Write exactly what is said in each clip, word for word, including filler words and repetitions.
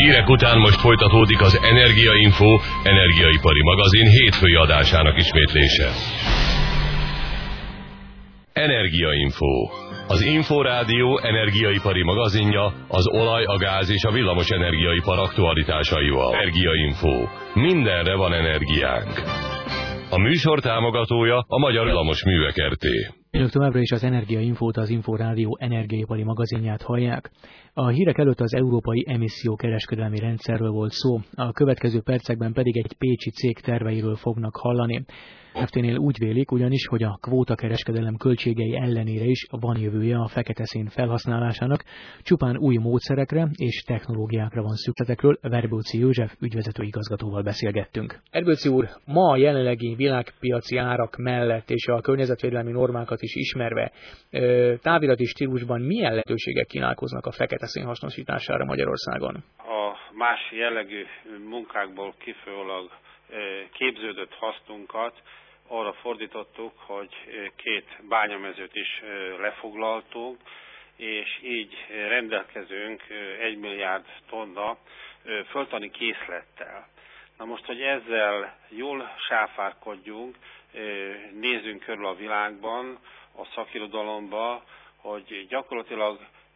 hírek után most folytatódik az Energiainfo energiaipari magazin hétfői adásának ismétlése. Energiainfo. Az Inforádió energiaipari magazinja az olaj, a gáz és a villamos energiaipar aktualitásaival. Energiainfo. Mindenre van energiánk. A műsor támogatója a Magyar Villamos Művek Kft. Önök továbbra is az Energiainfót, az Inforádió energiaipari magazinját hallják. A hírek előtt az európai emissziókereskedelmi rendszerről volt szó, a következő percekben pedig egy pécsi cég terveiről fognak hallani. Kft-nél úgy vélik ugyanis, hogy a kvótakereskedelem költségei ellenére is van jövője a fekete szén felhasználásának, csupán új módszerekre és technológiákra van szükségekről. Verbőci József ügyvezető igazgatóval beszélgettünk. Verbőci úr, ma a jelenlegi világpiaci árak mellett és a környezetvédelmi normákat is ismerve, távirati stílusban milyen lehetőségek kínálkoznak a fekete szén hasznosítására Magyarországon? A más jellegű munkákból kifolyólag képződött hasznunkat arra fordítottuk, hogy két bányamezőt is lefoglaltunk, és így rendelkezünk egy milliárd tonna földtani készlettel. Na most, hogy ezzel jól sáfárkodjunk, nézzünk körül a világban, a szakirodalomba, hogy gyakorlatilag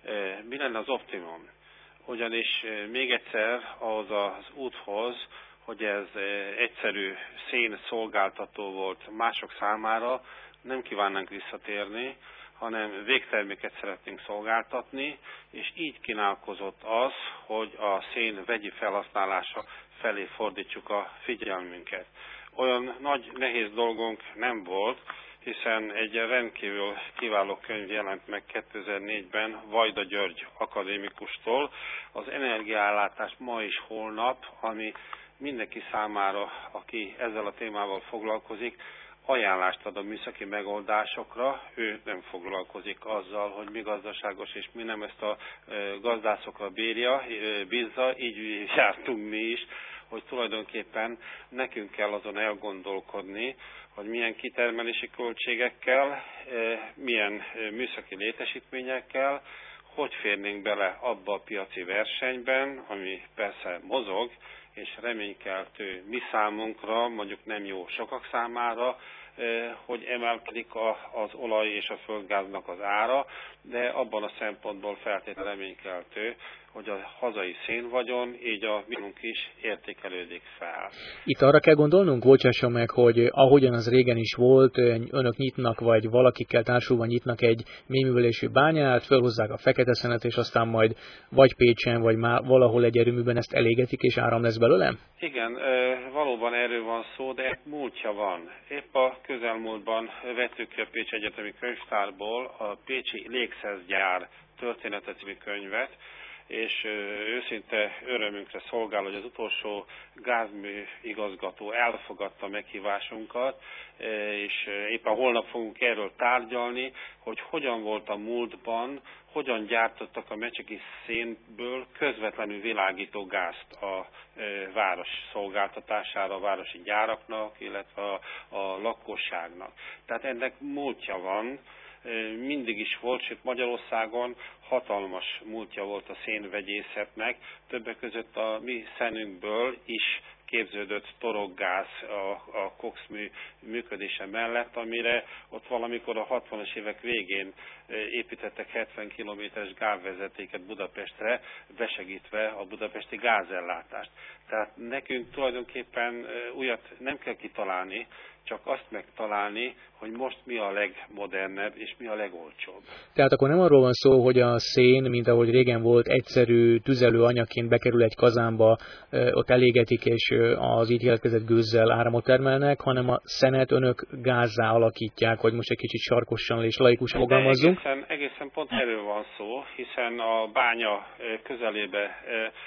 mi lenne az optimum. Ugyanis még egyszer ahhoz az úthoz, hogy ez egyszerű szén szolgáltató volt mások számára, nem kívánnánk visszatérni, hanem végterméket szeretnénk szolgáltatni, és így kínálkozott az, hogy a szén vegyi felhasználása felé fordítsuk a figyelmünket. Olyan nagy, nehéz dolgunk nem volt, hiszen egy rendkívül kiváló könyv jelent meg kétezer-négyben Vajda György akadémikustól, az energiaellátás ma és holnap, ami mindenki számára, aki ezzel a témával foglalkozik, ajánlást ad a műszaki megoldásokra, ő nem foglalkozik azzal, hogy mi gazdaságos és mi nem, ezt a gazdászokra bírja, bízza, így jártunk mi is, hogy tulajdonképpen nekünk kell azon elgondolkodni, hogy milyen kitermelési költségekkel, milyen műszaki létesítményekkel, hogy férnénk bele abba a piaci versenyben, ami persze mozog, és reménykeltő mi számunkra, mondjuk nem jó sokak számára, hogy emelkedik az olaj és a földgáznak az ára, de abban a szempontból feltétlenül reménykeltő, hogy a hazai szénvagyon, így a minunk is értékelődik fel. Itt arra kell gondolnunk, bocsássa meg, hogy ahogyan az régen is volt, önök nyitnak, vagy valakikkel társulva nyitnak egy mélyművelésű bányát, felhozzák a fekete szenet, és aztán majd vagy Pécsen, vagy már valahol egy erőműben ezt elégetik, és áram lesz belőle? Igen, valóban erről van szó, de múltja van. Épp a közelmúltban vettük ki a Pécsi Egyetemi Könyvtárból a Pécsi Légszergyár története című könyvet, és őszinte örömünkre szolgál, hogy az utolsó gázmű igazgató elfogadta meghívásunkat, és éppen holnap fogunk erről tárgyalni, hogy hogyan volt a múltban, hogyan gyártottak a mecseki szénből közvetlenül világító gázt a város szolgáltatására, a városi gyáraknak, illetve a, a lakosságnak. Tehát ennek múltja van, mindig is volt, sőt Magyarországon hatalmas múltja volt a szénvegyészetnek, többek között a mi szenünkből is képződött torokgáz a, a kokszmű működése mellett, amire ott valamikor a hatvanas évek végén építettek hetven kilométeres gázvezetéket Budapestre, besegítve a budapesti gázellátást. Tehát nekünk tulajdonképpen újat nem kell kitalálni, csak azt megtalálni, hogy most mi a legmodernebb és mi a legolcsóbb. Tehát akkor nem arról van szó, hogy a szén, mint ahogy régen volt, egyszerű tüzelőanyagként bekerül egy kazánba, ott elégetik, és az így keletkezett gőzzel áramot termelnek, hanem a szenet önök gázzá alakítják, hogy most egy kicsit sarkosan és laikusan fogalmazzunk. Egészen, egészen pont erről van szó, hiszen a bánya közelébe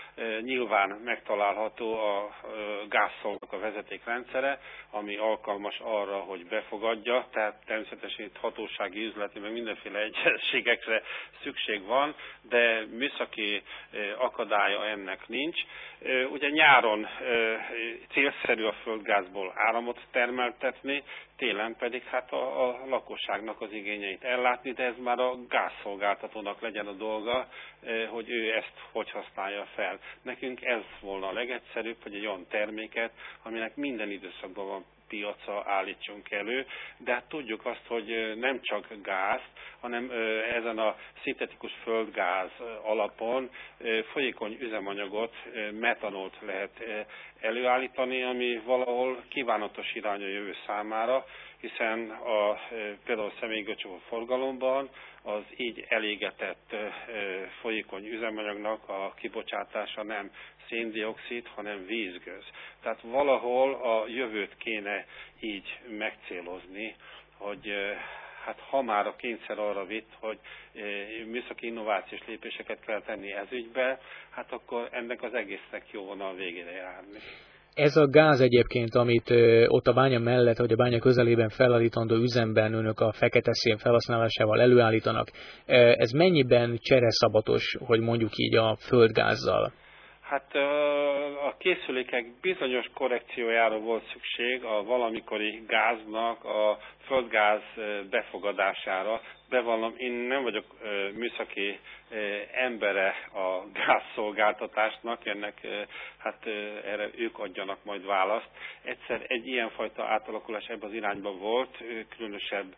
nyilván megtalálható a gázszolgnak a vezetékrendszere, ami alkalmas arra, hogy befogadja, tehát természetesen itt hatósági, üzleti, meg mindenféle egyességekre szükség van, de műszaki akadálya ennek nincs. Ugye nyáron célszerű a földgázból áramot termeltetni, télen pedig hát a, a lakosságnak az igényeit ellátni, de ez már a gázszolgáltatónak legyen a dolga, hogy ő ezt hogy használja fel. Nekünk ez volna a legegyszerűbb, hogy egy olyan terméket, aminek minden időszakban van piaca állítsunk elő, de hát tudjuk azt, hogy nem csak gáz, hanem ezen a szintetikus földgáz alapon folyékony üzemanyagot, metanolt lehet előállítani, ami valahol kívánatos irány a jövő számára, hiszen a, például a személygőcsövő forgalomban az így elégetett folyékony üzemanyagnak a kibocsátása nem széndioxid, hanem vízgőz. Tehát valahol a jövőt kéne így megcélozni, hogy hát ha már a kényszer arra vitt, hogy műszaki innovációs lépéseket kell tenni ez ügybe, hát akkor ennek az egésznek jó volna a végére járni. Ez a gáz egyébként, amit ö, ott a bánya mellett, vagy a bánya közelében felállítandó üzemben önök a fekete szén felhasználásával előállítanak, ez mennyiben csereszabatos, hogy mondjuk így a földgázzal? Hát a készülékek bizonyos korrekciójára volt szükség a valamikori gáznak a földgáz befogadására. Bevallom, én nem vagyok műszaki embere a gázszolgáltatásnak, ennek hát erre ők adjanak majd választ. Egyszer egy ilyenfajta átalakulás ebben az irányban volt, különösebb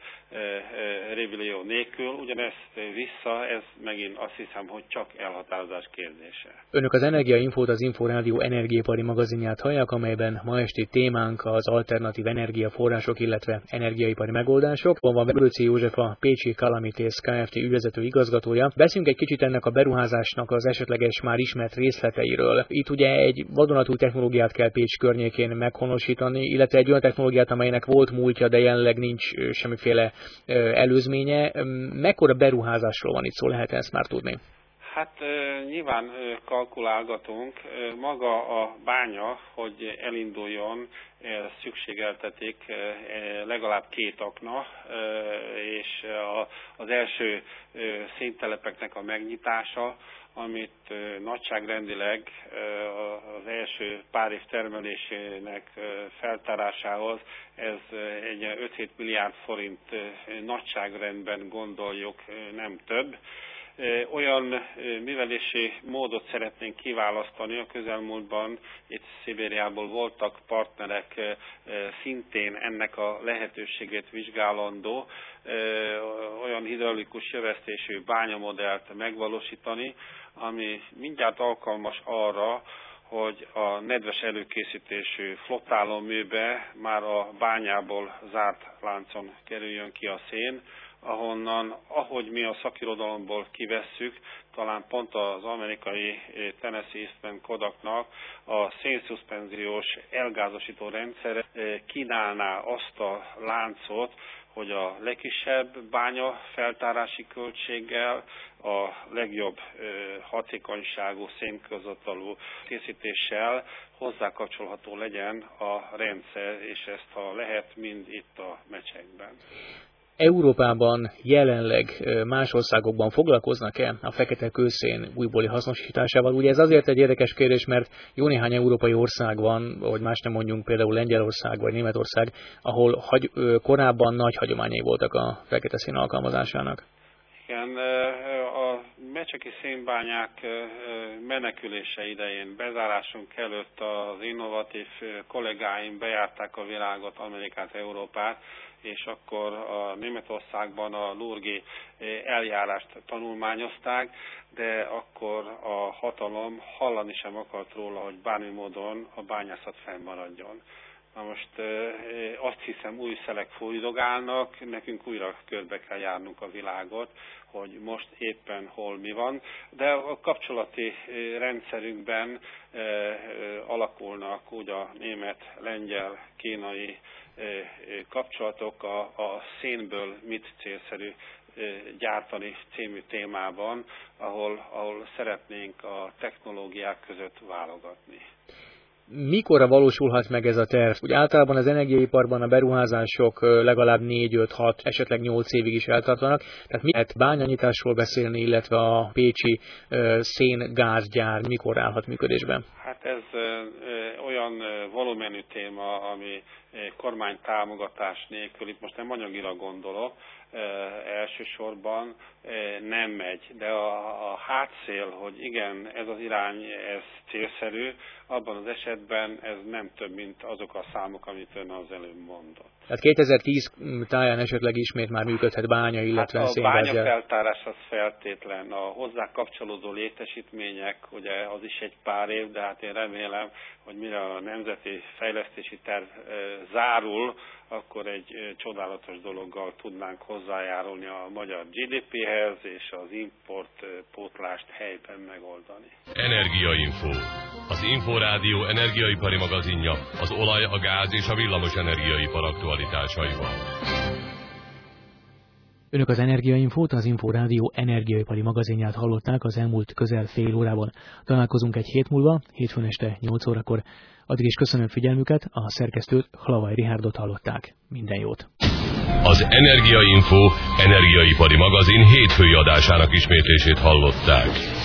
révilió nélkül, ugyanezt vissza, ez megint azt hiszem, hogy csak elhatározás kérdése. Önök az Energiainfót, az Inforádió energiaipari magazinját hallják, amelyben ma esti témánk az alternatív energiaforrások, illetve energiaipari megoldások. Van van Bölci József, a Pécsi Calamités Kft. Ügyvezető igazgatója. Beszélünk egy kicsit ennek a beruházásnak az esetleges már ismert részleteiről. Itt ugye egy vadonatúj technológiát kell Pécs környékén meghonosítani, illetve egy olyan technológiát, amelynek volt múltja, de jelenleg nincs semmiféle előzménye. Mekkora beruházásról van itt szó, lehet ezt már tudni? Hát nyilván kalkulálgatunk. Maga a bánya, hogy elinduljon, szükségeltetik legalább két akna, és az első széntelepeknek a megnyitása, amit nagyságrendileg az első pár év termelésének feltárásához ez egy öt-hét milliárd forint nagyságrendben gondoljuk, nem több. Olyan művelési módot szeretnénk kiválasztani, a közelmúltban itt Szibériából voltak partnerek szintén ennek a lehetőségét vizsgálandó, olyan hidraulikus jövesztésű bányamodellt megvalósítani, ami mindjárt alkalmas arra, hogy a nedves előkészítésű flottálóműbe már a bányából zárt láncon kerüljön ki a szén, ahonnan, ahogy mi a szakirodalomból kivesszük, talán pont az amerikai Tennessee Eastman Kodaknak a szénszuspenziós elgázosító rendszer kínálná azt a láncot, hogy a legkisebb bánya feltárási költséggel a legjobb hatékonyságú szénközotalú készítéssel hozzákapcsolható legyen a rendszer, és ezt ha lehet mind itt a mecsekben. Európában jelenleg más országokban foglalkoznak-e a fekete kőszén újbóli hasznosításával? Ugye ez azért egy érdekes kérdés, mert jó néhány európai ország van, hogy más nem mondjunk, például Lengyelország vagy Németország, ahol hagy, korábban nagy hagyományai voltak a fekete szén alkalmazásának. Igen, a mecseki szénbányák menekülése idején, bezárásunk előtt az innovatív kollégáim bejárták a világot, Amerikát, Európát, és akkor a Németországban a lurgi eljárást tanulmányozták, de akkor a hatalom hallani sem akart róla, hogy bármi módon a bányászat fennmaradjon. Na most azt hiszem, új szelek fújdogálnak, nekünk újra körbe kell járnunk a világot, hogy most éppen hol mi van, de a kapcsolati rendszerünkben alakulnak úgy a német, lengyel, kínai kapcsolatok a, a szénből mit célszerű gyártani című témában, ahol, ahol szeretnénk a technológiák között válogatni. Mikorra valósulhat meg ez a terv? Úgy általában az energiaiparban a beruházások legalább négy öt hat, esetleg nyolc évig is eltartanak. Tehát mi lehet bányanyitásról beszélni, illetve a pécsi széngázgyár mikor állhat működésben? Hát Hát ez olyan volumenű téma, ami kormány támogatás nélkül, itt most nem anyagilag gondolok, elsősorban nem megy. De a, a hátszél, hogy igen, ez az irány, ez célszerű, abban az esetben ez nem több, mint azok a számok, amit ön az előbb mondott. Tehát kétezer-tíz táján esetleg ismét már működhet bánya, illetve hát a széngáz. bányafeltárás az feltétlen. A hozzá kapcsolódó létesítmények, ugye az is egy pár év, de hát én remélem, hogy mire a nemzeti fejlesztési terv e, zárul, akkor egy e, csodálatos dologgal tudnánk hozzájárulni a magyar gé dé péhez, és az import e, pótlást helyben megoldani. Energiainfo. Az Inforádió energiaipari magazinja az olaj, a gáz és a villamos energiaipar aktualitásaival. Önök az Energiainfót, az Inforádió energiaipari magazinját hallották az elmúlt közel fél órában. Találkozunk egy hét múlva, hétfőn este nyolc órakor. Addig is köszönöm figyelmüket, a szerkesztőt, Hlavai Richardot hallották. Minden jót! Az Energiainfo energiaipari magazin hétfői adásának ismétlését hallották.